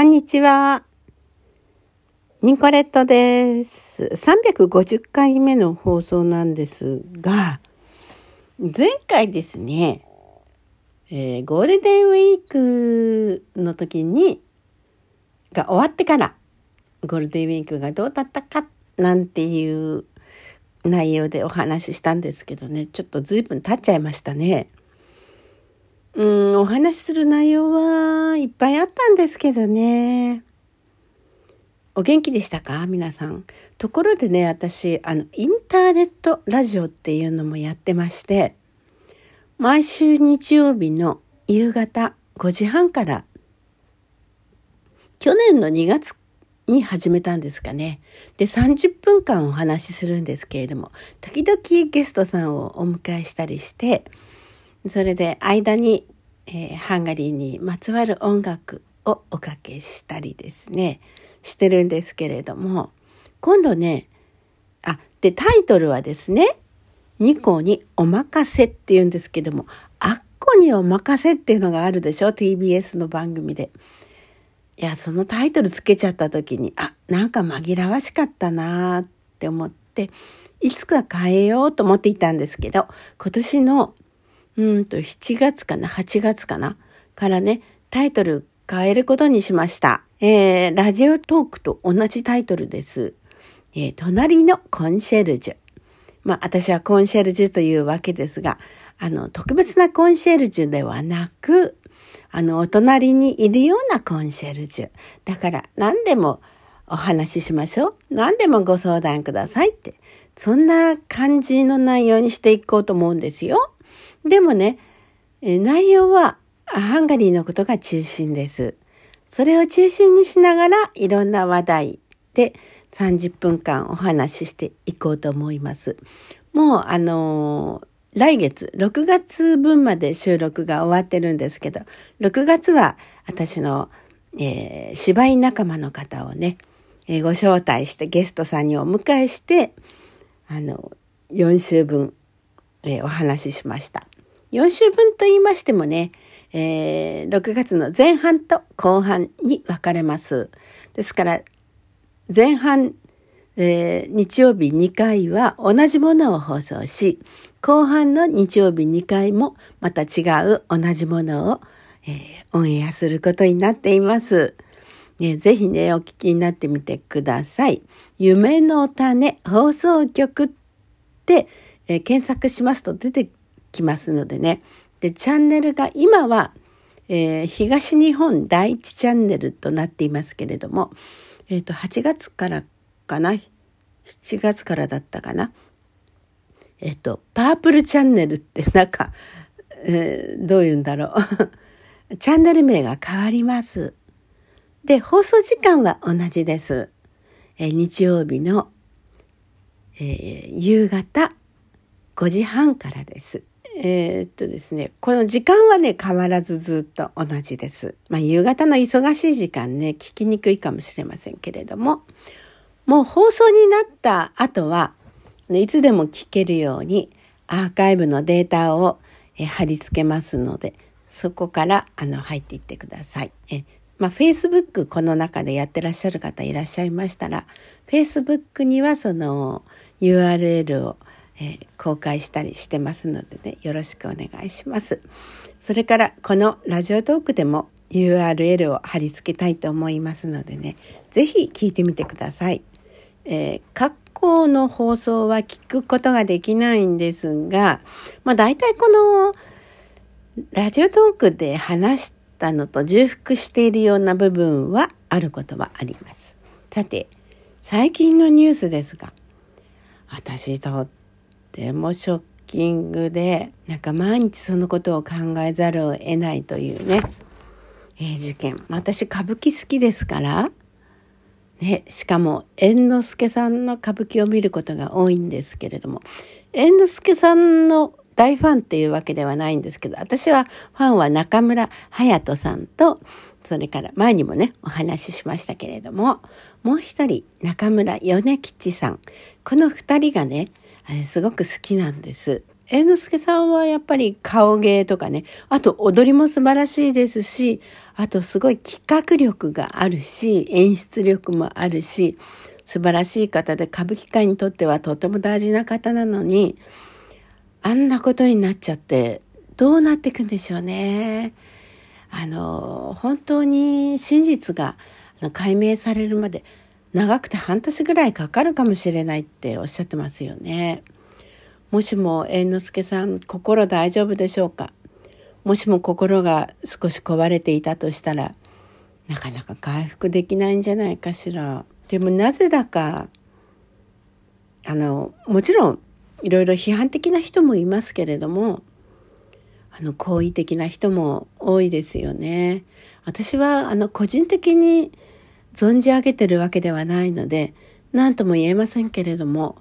んにちは。ニコレットです。350回目の放送なんですが、前回ですね、ゴールデンウィークの時が終わってからゴールデンウィークがどうだったかなんていう内容でお話ししたんですけどね、ちょっと随分経っちゃいましたね。お話しする内容はいっぱいあったんですけどね。お元気でしたか皆さん。ところでね、私インターネットラジオっていうのもやってまして、毎週日曜日の夕方5時半から去年の2月に始めたんですかね。で、30分間お話しするんですけれども、時々ゲストさんをお迎えしたりして、それで間に、ハンガリーにまつわる音楽をおかけしたりですねしてるんですけれども、今度ねタイトルはですね、ニコにお任せっていうんですけども、アッコにお任せっていうのがあるでしょ、 TBS の番組で。いや、そのタイトルつけちゃった時になんか紛らわしかったなって思って、いつか変えようと思っていたんですけど、今年の7月かな8月かなからね、タイトル変えることにしました。ラジオトークと同じタイトルです。隣のコンシェルジュ。私はコンシェルジュというわけですが、特別なコンシェルジュではなく、お隣にいるようなコンシェルジュ。だから何でもお話ししましょう。何でもご相談くださいって。そんな感じの内容にしていこうと思うんですよ。でもね、内容はハンガリーのことが中心です。それを中心にしながらいろんな話題で30分間お話ししていこうと思います。もう来月6月分まで収録が終わってるんですけど、6月は私の、芝居仲間の方をね、ご招待してゲストさんにお迎えして4週分、お話ししました。4週分と言いましてもね、6月の前半と後半に分かれます。ですから前半、日曜日2回は同じものを放送し、後半の日曜日2回もまた違う同じものを、オンエアすることになっています。ぜひね、お聞きになってみてください。夢の種放送局って、検索しますと出てきますのでね。で、チャンネルが今は、東日本第一チャンネルとなっていますけれども、8月からかな、7月からだったかな、パープルチャンネルってどういうんだろうチャンネル名が変わります。で、放送時間は同じです。日曜日の、夕方5時半からです。ですね、この時間はね、変わらずずっと同じです。夕方の忙しい時間ね、聞きにくいかもしれませんけれども、もう放送になった後は、いつでも聞けるようにアーカイブのデータを貼り付けますので、そこから入っていってください。Facebook この中でやってらっしゃる方いらっしゃいましたら、Facebook にはその URL を公開したりしてますのでね、よろしくお願いします。それからこのラジオトークでも URL を貼り付けたいと思いますのでね、ぜひ聞いてみてください。過去の放送は聞くことができないんですが、大体このラジオトークで話したのと重複しているような部分はあることはあります。さて、最近のニュースですが、私とってもショッキングで、毎日そのことを考えざるを得ないというね、事件。私歌舞伎好きですからね、しかも猿之助さんの歌舞伎を見ることが多いんですけれども、猿之助さんの大ファンっていうわけではないんですけど、私はファンは中村隼人さんと、それから前にもねお話ししましたけれども、もう一人中村米吉さん、この二人がねすごく好きなんです。 猿之助さんはやっぱり顔芸とかね、あと踊りも素晴らしいですし、あとすごい企画力があるし、演出力もあるし、素晴らしい方で、歌舞伎界にとってはとても大事な方なのに、あんなことになっちゃってどうなっていくんでしょうね。本当に真実が解明されるまで長くて半年ぐらいかかるかもしれないっておっしゃってますよね。もしも猿之助さん、心大丈夫でしょうか。もしも心が少し壊れていたとしたら、なかなか回復できないんじゃないかしら。でもなぜだか、もちろんいろいろ批判的な人もいますけれども、好意的な人も多いですよね。私は個人的に存じ上げてるわけではないので何とも言えませんけれども、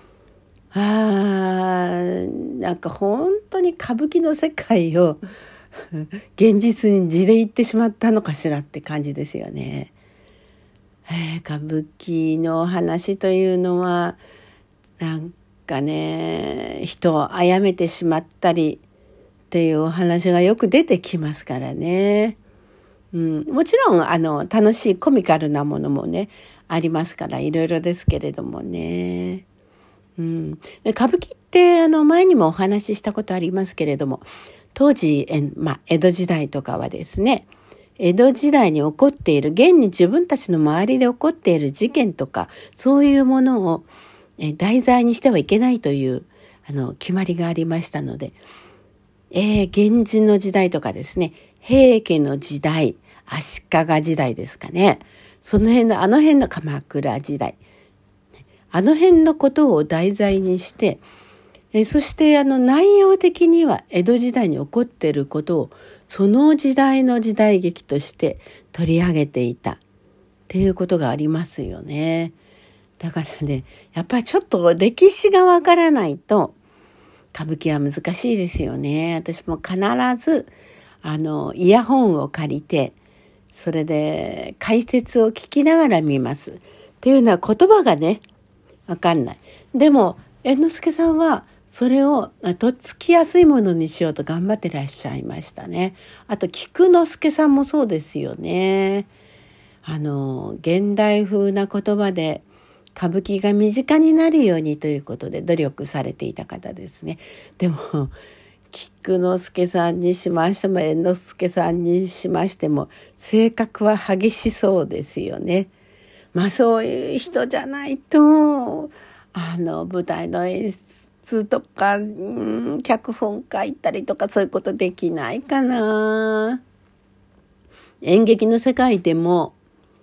なんか本当に歌舞伎の世界を現実に地で言ってしまったのかしらって感じですよね。歌舞伎の話というのはなんかね、人を殺めてしまったりっていうお話がよく出てきますからね。もちろん楽しいコミカルなものもねありますから、いろいろですけれどもね。歌舞伎って前にもお話ししたことありますけれども、当時江戸時代とかはですね、江戸時代に起こっている、現に自分たちの周りで起こっている事件とかそういうものを題材にしてはいけないという決まりがありましたので、源氏の時代とかですね、平家の時代、足利時代ですかね、その辺の鎌倉時代、あの辺のことを題材にして、そして内容的には江戸時代に起こっていることをその時代の時代劇として取り上げていたっていうことがありますよね。だからね、やっぱりちょっと歴史がわからないと歌舞伎は難しいですよね。私も必ずイヤホンを借りて、それで解説を聞きながら見ますっていうのは、言葉がねわかんない。でも猿之助さんはそれをとっつきやすいものにしようと頑張ってらっしゃいましたね。あと菊之助さんもそうですよね。現代風な言葉で歌舞伎が身近になるようにということで努力されていた方ですね。でも菊之助さんにしましても猿之助さんにしましても性格は激しそうですよね。そういう人じゃないと舞台の演出とか、脚本書いたりとかそういうことできないかな。演劇の世界でも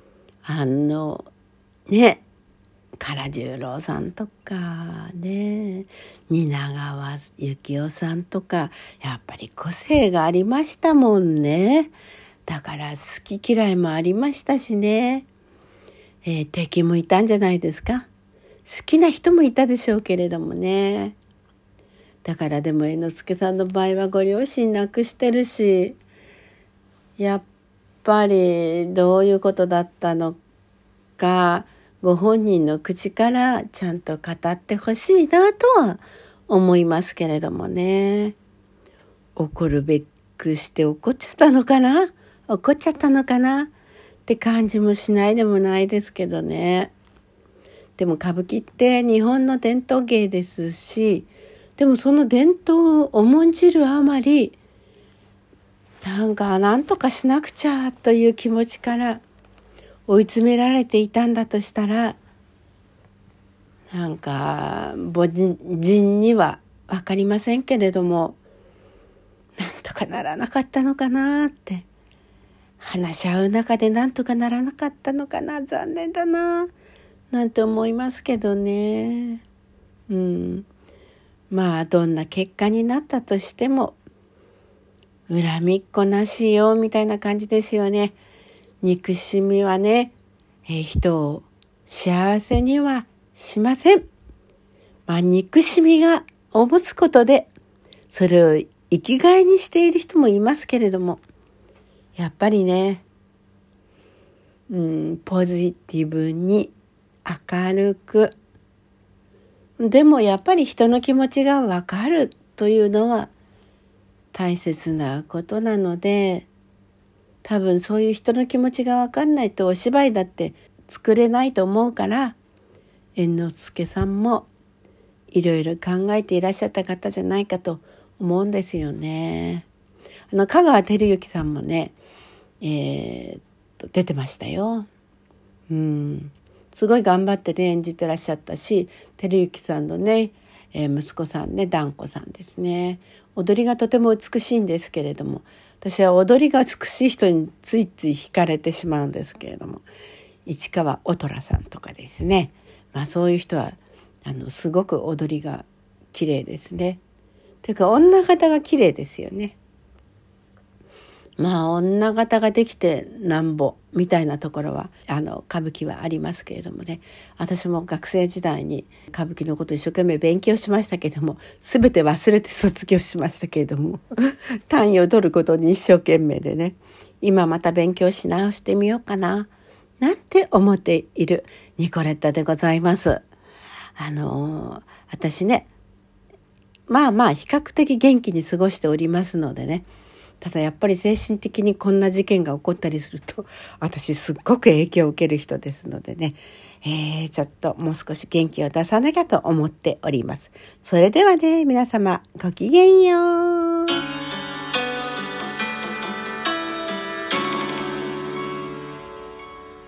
唐十郎さんとかね、蜷川幸雄さんとか、やっぱり個性がありましたもんね。だから好き嫌いもありましたしね。敵もいたんじゃないですか。好きな人もいたでしょうけれどもね。だからでも猿之助さんの場合はご両親亡くしてるし、やっぱりどういうことだったのか、ご本人の口からちゃんと語ってほしいなとは思いますけれどもね。怒るべくして怒っちゃったのかなって感じもしないでもないですけどね。でも歌舞伎って日本の伝統芸ですし、でもその伝統を重んじるあまり、なんとかしなくちゃという気持ちから追い詰められていたんだとしたら、凡人には分かりませんけれども、なんとかならなかったのかなって、話し合う中でなんとかならなかったのかな、残念だななんて思いますけどね。どんな結果になったとしても恨みっこなしよみたいな感じですよね。憎しみはね、人を幸せにはしません。憎しみを持つことでそれを生きがいにしている人もいますけれども、やっぱりね、ポジティブに明るく、でもやっぱり人の気持ちがわかるというのは大切なことなので、多分そういう人の気持ちが分かんないとお芝居だって作れないと思うから、猿之助さんもいろいろ考えていらっしゃった方じゃないかと思うんですよね。香川照之さんもね、出てましたよ。すごい頑張ってね演じてらっしゃったし、照之さんのね、息子さんね、團子さんですね。踊りがとても美しいんですけれども、私は踊りが美しい人についつい惹かれてしまうんですけれども、市川おとらさんとかですね、そういう人はすごく踊りが綺麗ですね。というか女方が綺麗ですよね。女方ができてなんぼみたいなところは歌舞伎はありますけれどもね、私も学生時代に歌舞伎のことを一生懸命勉強しましたけれども、全て忘れて卒業しましたけれども単位を取ることに一生懸命でね、今また勉強し直してみようかななんて思っているニコレッタでございます。私ね、比較的元気に過ごしておりますのでね、ただやっぱり精神的にこんな事件が起こったりすると、私すっごく影響を受ける人ですのでね、ちょっともう少し元気を出さなきゃと思っております。それではね、皆様ごきげんよう。